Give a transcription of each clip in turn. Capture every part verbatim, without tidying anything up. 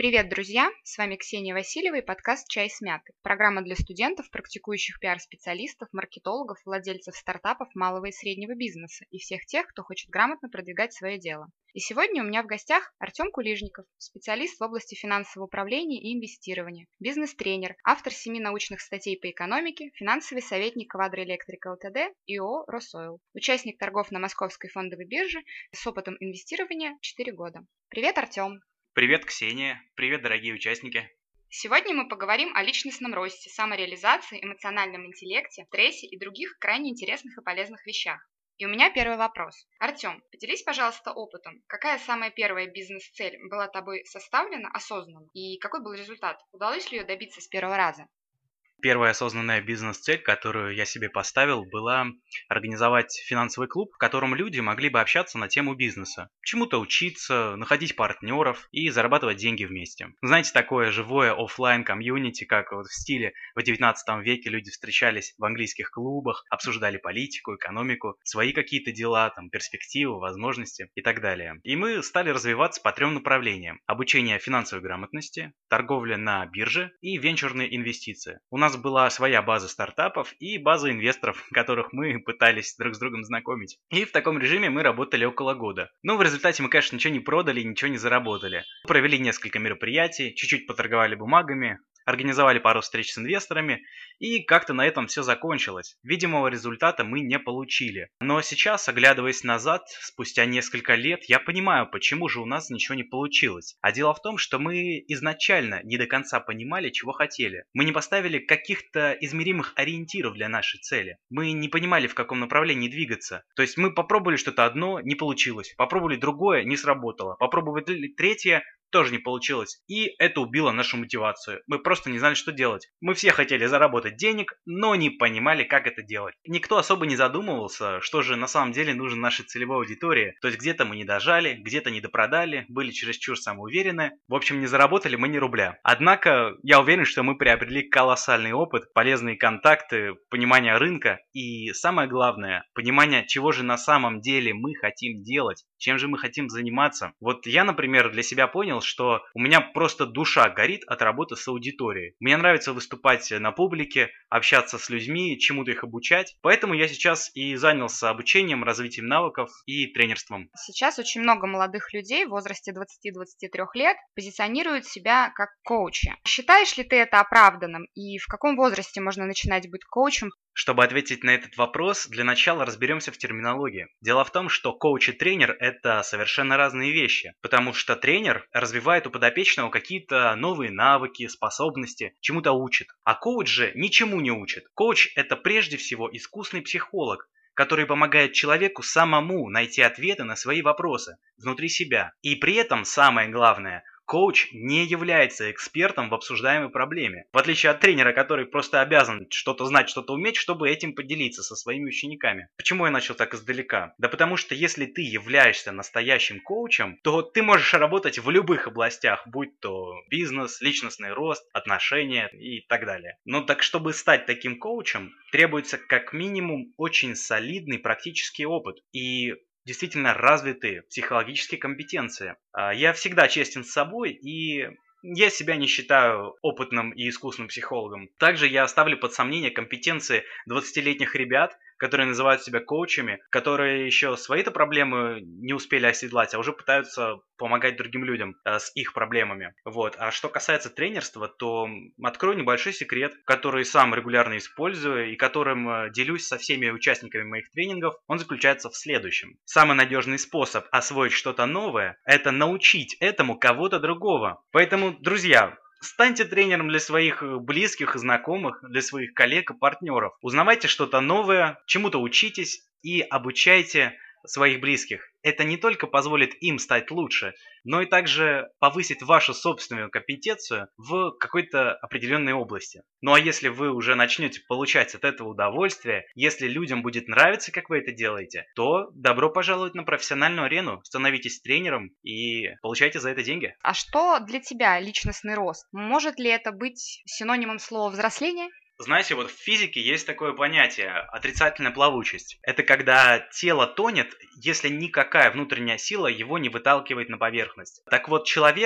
Привет, друзья! С вами Ксения Васильева и подкаст «Чай с мятой». Программа для студентов, практикующих пиар-специалистов, маркетологов, владельцев стартапов малого и среднего бизнеса и всех тех, кто хочет грамотно продвигать свое дело. И сегодня у меня в гостях Артем Кулижников, специалист в области финансового управления и инвестирования, бизнес-тренер, автор семи научных статей по экономике, финансовый советник Квадро Электрик Лтд и ООО «Росойл», участник торгов на Московской фондовой бирже с опытом инвестирования четыре года. Привет, Артем! Привет, Ксения! Привет, дорогие участники! Сегодня мы поговорим о личностном росте, самореализации, эмоциональном интеллекте, стрессе и других крайне интересных и полезных вещах. И у меня первый вопрос. Артем, поделись, пожалуйста, опытом. Какая самая первая бизнес-цель была тобой составлена осознанно? И какой был результат? Удалось ли ее добиться с первого раза? Первая осознанная бизнес-цель, которую я себе поставил, была организовать финансовый клуб, в котором люди могли бы общаться на тему бизнеса, чему-то учиться, находить партнеров и зарабатывать деньги вместе. Знаете, такое живое офлайн комьюнити, как вот в стиле в девятнадцатом веке люди встречались в английских клубах, обсуждали политику, экономику, свои какие-то дела, там, перспективы, возможности и так далее. И мы стали развиваться по трем направлениям: обучение финансовой грамотности, торговля на бирже и венчурные инвестиции. У нас была своя база стартапов и база инвесторов, которых мы пытались друг с другом знакомить. И в таком режиме мы работали около года. Но в результате мы, конечно, ничего не продали, ничего не заработали. Провели несколько мероприятий, чуть-чуть поторговали бумагами, организовали пару встреч с инвесторами, и как-то на этом все закончилось. Видимого результата мы не получили. Но сейчас, оглядываясь назад, спустя несколько лет, я понимаю, почему же у нас ничего не получилось. А дело в том, что мы изначально не до конца понимали, чего хотели. Мы не поставили каких-то измеримых ориентиров для нашей цели. Мы не понимали, в каком направлении двигаться. То есть мы попробовали что-то одно, не получилось. Попробовали другое, не сработало. Попробовали третье, тоже не получилось. И это убило нашу мотивацию. Мы просто не знали, что делать. Мы все хотели заработать денег, но не понимали, как это делать. Никто особо не задумывался, что же на самом деле нужно нашей целевой аудитории. То есть где-то мы не дожали, где-то не допродали, были чересчур самоуверены. В общем, не заработали мы ни рубля. Однако, я уверен, что мы приобрели колоссальный опыт, полезные контакты, понимание рынка и, самое главное, понимание, чего же на самом деле мы хотим делать, чем же мы хотим заниматься. Вот я, например, для себя понял, что у меня просто душа горит от работы с аудиторией. Мне нравится выступать на публике, общаться с людьми, чему-то их обучать. Поэтому я сейчас и занялся обучением, развитием навыков и тренерством. Сейчас очень много молодых людей в возрасте двадцати-двадцати трёх лет позиционируют себя как коучи. Считаешь ли ты это оправданным? И в каком возрасте можно начинать быть коучем? Чтобы ответить на этот вопрос, для начала разберемся в терминологии. Дело в том, что коуч и тренер – это совершенно разные вещи, потому что тренер развивает у подопечного какие-то новые навыки, способности, чему-то учит, а коуч же ничему не учит. Коуч – это прежде всего искусный психолог, который помогает человеку самому найти ответы на свои вопросы внутри себя. И при этом, самое главное, коуч не является экспертом в обсуждаемой проблеме, в отличие от тренера, который просто обязан что-то знать, что-то уметь, чтобы этим поделиться со своими учениками. Почему я начал так издалека? Да потому что если ты являешься настоящим коучем, то ты можешь работать в любых областях, будь то бизнес, личностный рост, отношения и так далее. Но так чтобы стать таким коучем, требуется как минимум очень солидный практический опыт и действительно развитые психологические компетенции. Я всегда честен с собой, и я себя не считаю опытным и искусным психологом. Также я ставлю под сомнение компетенции двадцатилетних ребят, которые называют себя коучами, которые еще свои-то проблемы не успели оседлать, а уже пытаются помогать другим людям э, с их проблемами. Вот. А что касается тренерства, то открою небольшой секрет, который сам регулярно использую и которым э, делюсь со всеми участниками моих тренингов. Он заключается в следующем. Самый надежный способ освоить что-то новое – это научить этому кого-то другого. Поэтому, друзья, станьте тренером для своих близких и знакомых, для своих коллег и партнеров. Узнавайте что-то новое, чему-то учитесь и обучайте своих близких. Это не только позволит им стать лучше, но и также повысит вашу собственную компетенцию в какой-то определенной области. Ну а если вы уже начнете получать от этого удовольствие, если людям будет нравиться, как вы это делаете, то добро пожаловать на профессиональную арену, становитесь тренером и получайте за это деньги. А что для тебя личностный рост? Может ли это быть синонимом слова взросление? Знаете, вот в физике есть такое понятие – отрицательная плавучесть. Это когда тело тонет, если никакая внутренняя сила его не выталкивает на поверхность. Так вот, человек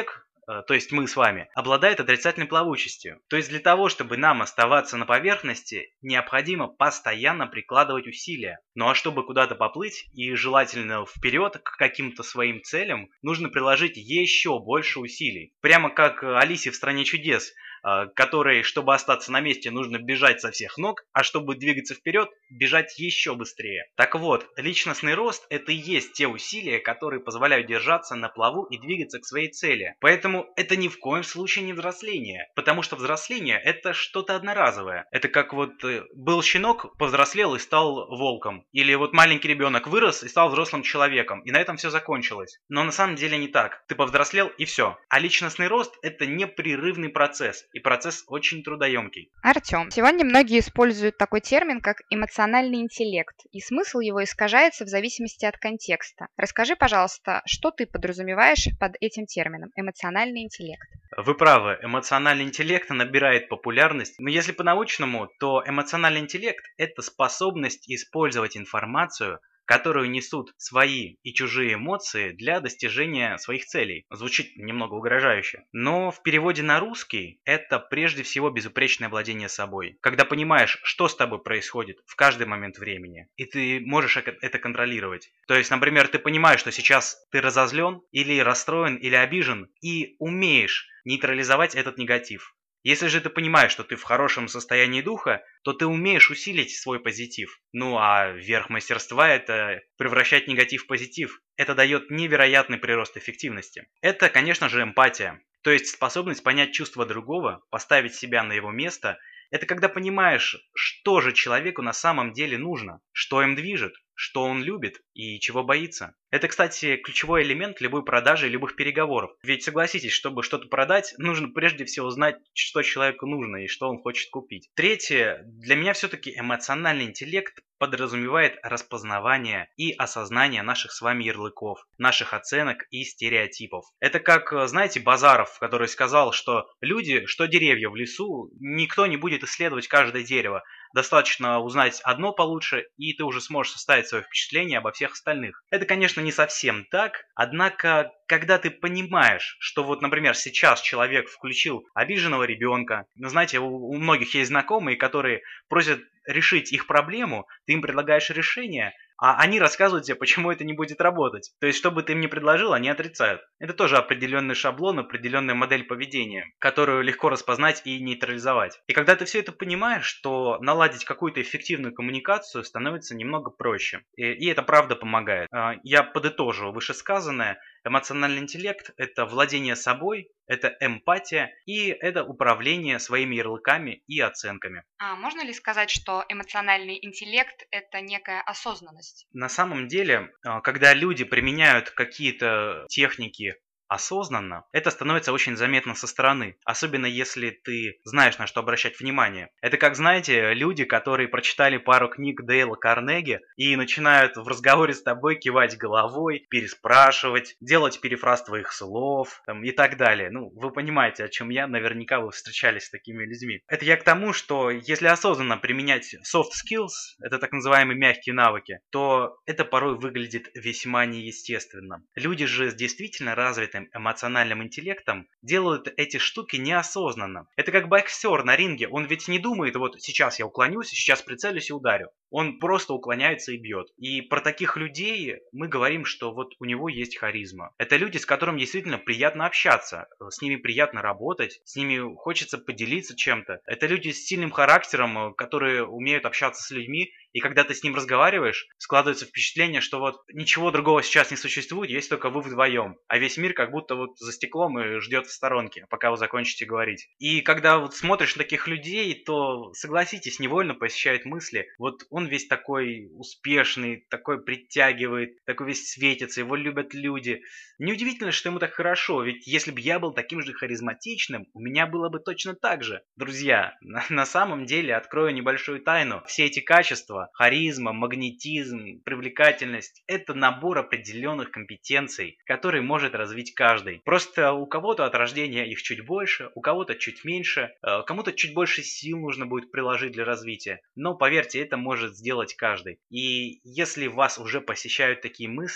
э, то есть мы с вами, обладает отрицательной плавучестью. То есть для того, чтобы нам оставаться на поверхности, необходимо постоянно прикладывать усилия. Ну а чтобы куда-то поплыть и желательно вперед к каким-то своим целям, нужно приложить еще больше усилий. Прямо как Алисе в «Стране чудес», которой, чтобы остаться на месте, нужно бежать со всех ног, а чтобы двигаться вперед, бежать еще быстрее. Так вот, личностный рост – это и есть те усилия, которые позволяют держаться на плаву и двигаться к своей цели. Поэтому это ни в коем случае не взросление, потому что взросление – это что-то одноразовое. Это как вот э, был щенок, повзрослел и стал волком. Или вот маленький ребенок вырос и стал взрослым человеком, и на этом все закончилось. Но на самом деле не так. Ты повзрослел и все. А личностный рост – это непрерывный процесс. И процесс очень трудоемкий. Артем, сегодня многие используют такой термин, как эмоциональный интеллект, и смысл его искажается в зависимости от контекста. Расскажи, пожалуйста, что ты подразумеваешь под этим термином эмоциональный интеллект? Вы правы, эмоциональный интеллект набирает популярность, но если по-научному, то эмоциональный интеллект – это способность использовать информацию, которую несут свои и чужие эмоции для достижения своих целей. Звучит немного угрожающе. Но в переводе на русский это прежде всего безупречное владение собой. Когда понимаешь, что с тобой происходит в каждый момент времени, и ты можешь это контролировать. То есть, например, ты понимаешь, что сейчас ты разозлен, или расстроен, или обижен, и умеешь нейтрализовать этот негатив. Если же ты понимаешь, что ты в хорошем состоянии духа, то ты умеешь усилить свой позитив. Ну а верх мастерства – это превращать негатив в позитив. Это дает невероятный прирост эффективности. Это, конечно же, эмпатия. То есть способность понять чувства другого, поставить себя на его место – это когда понимаешь, что же человеку на самом деле нужно, что им движет, что он любит и чего боится. Это, кстати, ключевой элемент любой продажи и любых переговоров. Ведь согласитесь, чтобы что-то продать, нужно прежде всего знать, что человеку нужно и что он хочет купить. Третье, для меня все-таки эмоциональный интеллект подразумевает распознавание и осознание наших с вами ярлыков, наших оценок и стереотипов. Это как, знаете, Базаров, который сказал, что люди, что деревья в лесу, никто не будет исследовать каждое дерево. Достаточно узнать одно получше, и ты уже сможешь составить свое впечатление обо всех остальных. Это, конечно, не совсем так, однако, когда ты понимаешь, что вот, например, сейчас человек включил обиженного ребенка, ну, знаете, у, у многих есть знакомые, которые просят решить их проблему, ты им предлагаешь решение, а они рассказывают тебе, почему это не будет работать. То есть, что бы ты им ни предложил, они отрицают. Это тоже определенный шаблон, определенная модель поведения, которую легко распознать и нейтрализовать. И когда ты все это понимаешь, то наладить какую-то эффективную коммуникацию становится немного проще. И, и это правда помогает. Я подытожу вышесказанное. Эмоциональный интеллект – это владение собой, это эмпатия и это управление своими ярлыками и оценками. А можно ли сказать, что эмоциональный интеллект – это некая осознанность? На самом деле, когда люди применяют какие-то техники осознанно, это становится очень заметно со стороны, особенно если ты знаешь, на что обращать внимание. Это как, знаете, люди, которые прочитали пару книг Дейла Карнеги и начинают в разговоре с тобой кивать головой, переспрашивать, делать перефраз твоих слов там, и так далее. Ну, вы понимаете, о чем я, наверняка вы встречались с такими людьми. Это я к тому, что если осознанно применять soft skills, это так называемые мягкие навыки, то это порой выглядит весьма неестественно. Люди же с действительно развитым эмоциональным интеллектом делают эти штуки неосознанно. Это как боксер на ринге, он ведь не думает, вот сейчас я уклонюсь, сейчас прицелюсь и ударю. Он просто уклоняется и бьет. И про таких людей мы говорим, что вот у него есть харизма. Это люди, с которыми действительно приятно общаться, с ними приятно работать, с ними хочется поделиться чем-то. Это люди с сильным характером, которые умеют общаться с людьми, и когда ты с ним разговариваешь, складывается впечатление, что вот ничего другого сейчас не существует, есть только вы вдвоем, а весь мир как будто вот за стеклом и ждет в сторонке, пока вы закончите говорить. И когда вот смотришь на таких людей, то, согласитесь, невольно посещают мысли, вот он весь такой успешный, такой притягивает, такой весь светится, его любят люди. Неудивительно, что ему так хорошо, ведь если бы я был таким же харизматичным, у меня было бы точно так же. Друзья, на, на самом деле, открою небольшую тайну, все эти качества, харизма, магнетизм, привлекательность, это набор определенных компетенций, которые может развить каждый. Просто у кого-то от рождения их чуть больше, у кого-то чуть меньше, кому-то чуть больше сил нужно будет приложить для развития. Но поверьте, это может сделать каждый. И если вас уже посещают такие мысли,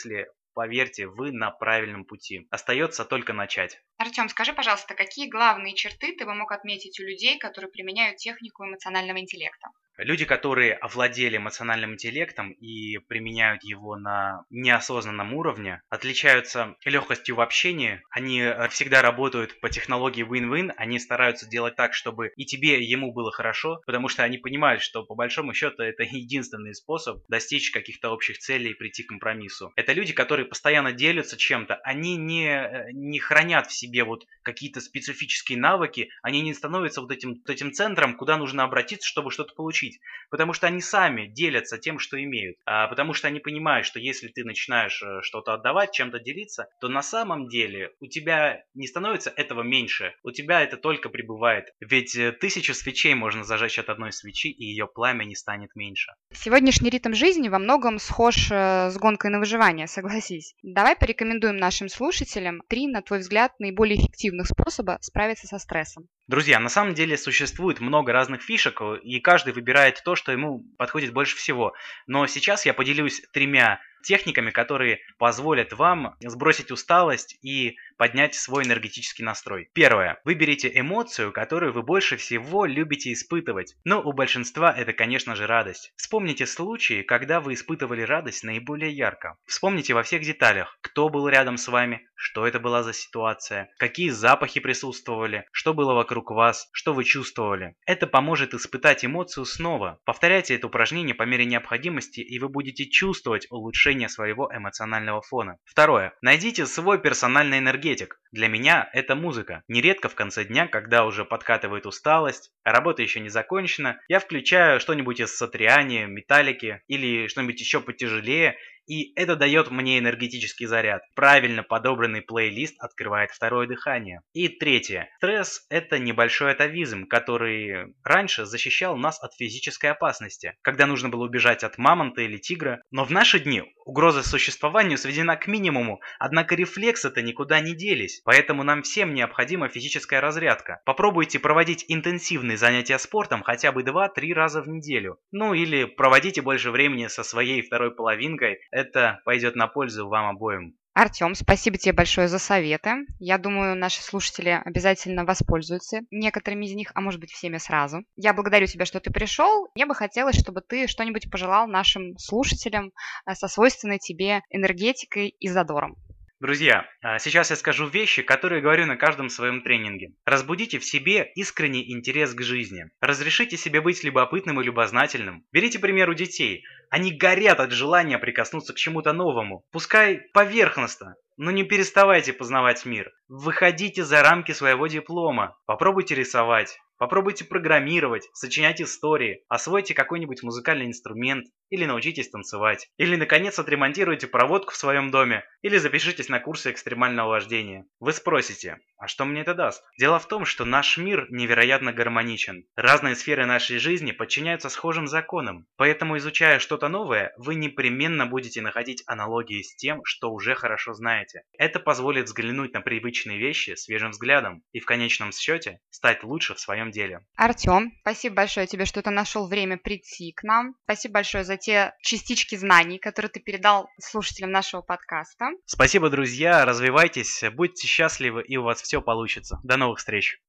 поверьте, вы на правильном пути. Остается только начать. Артем, скажи, пожалуйста, какие главные черты ты бы мог отметить у людей, которые применяют технику эмоционального интеллекта? Люди, которые овладели эмоциональным интеллектом и применяют его на неосознанном уровне, отличаются легкостью в общении. Они всегда работают по технологии win-win. Они стараются делать так, чтобы и тебе, и ему было хорошо, потому что они понимают, что по большому счету это единственный способ достичь каких-то общих целей и прийти к компромиссу. Это люди, которые постоянно делятся чем-то. Они не, не хранят в себе вот какие-то специфические навыки. Они не становятся вот этим, вот этим центром, куда нужно обратиться, чтобы что-то получить. Потому что они сами делятся тем, что имеют. А потому что они понимают, что если ты начинаешь что-то отдавать, чем-то делиться, то на самом деле у тебя не становится этого меньше. У тебя это только прибывает. Ведь тысячу свечей можно зажечь от одной свечи, и ее пламя не станет меньше. Сегодняшний ритм жизни во многом схож с гонкой на выживание, согласись. Давай порекомендуем нашим слушателям три, на твой взгляд, наиболее эффективных способа справиться со стрессом. Друзья, на самом деле существует много разных фишек, и каждый выбирает то, что ему подходит больше всего. Но сейчас я поделюсь тремя техниками, которые позволят вам сбросить усталость и поднять свой энергетический настрой. Первое. Выберите эмоцию, которую вы больше всего любите испытывать. Но у большинства это, конечно же, радость. Вспомните случаи, когда вы испытывали радость наиболее ярко. Вспомните во всех деталях, кто был рядом с вами, что это была за ситуация, какие запахи присутствовали, что было вокруг вас, что вы чувствовали. Это поможет испытать эмоцию снова. Повторяйте это упражнение по мере необходимости, и вы будете чувствовать улучшение своего эмоционального фона. Второе. Найдите свой персональный энергетик. Для меня это музыка. Нередко в конце дня, когда уже подкатывает усталость, а работа еще не закончена, я включаю что-нибудь из Сатриани, Металлики или что-нибудь еще потяжелее, и это дает мне энергетический заряд. Правильно подобранный плейлист открывает второе дыхание. И третье. Стресс – это небольшой атовизм, который раньше защищал нас от физической опасности, когда нужно было убежать от мамонта или тигра. Но в наши дни угроза существованию сведена к минимуму, однако рефлексы-то никуда не делись. Поэтому нам всем необходима физическая разрядка. Попробуйте проводить интенсивные занятия спортом хотя бы два-три раза в неделю. Ну или проводите больше времени со своей второй половинкой. Это пойдет на пользу вам обоим. Артем, спасибо тебе большое за советы. Я думаю, наши слушатели обязательно воспользуются некоторыми из них, а может быть всеми сразу. Я благодарю тебя, что ты пришел. Мне бы хотелось, чтобы ты что-нибудь пожелал нашим слушателям со свойственной тебе энергетикой и задором. Друзья, сейчас я скажу вещи, которые говорю на каждом своем тренинге. Разбудите в себе искренний интерес к жизни. Разрешите себе быть любопытным и любознательным. Берите пример у детей. Они горят от желания прикоснуться к чему-то новому. Пускай поверхностно, но не переставайте познавать мир. Выходите за рамки своего диплома. Попробуйте рисовать. Попробуйте программировать, сочинять истории, освойте какой-нибудь музыкальный инструмент, или научитесь танцевать, или наконец отремонтируйте проводку в своем доме, или запишитесь на курсы экстремального вождения. Вы спросите, а что мне это даст? Дело в том, что наш мир невероятно гармоничен. Разные сферы нашей жизни подчиняются схожим законам, поэтому изучая что-то новое, вы непременно будете находить аналогии с тем, что уже хорошо знаете. Это позволит взглянуть на привычные вещи свежим взглядом и в конечном счете стать лучше в своем деле. Артем, спасибо большое тебе, что ты нашел время прийти к нам. Спасибо большое за те частички знаний, которые ты передал слушателям нашего подкаста. Спасибо, друзья. Развивайтесь, будьте счастливы, и у вас все получится. До новых встреч.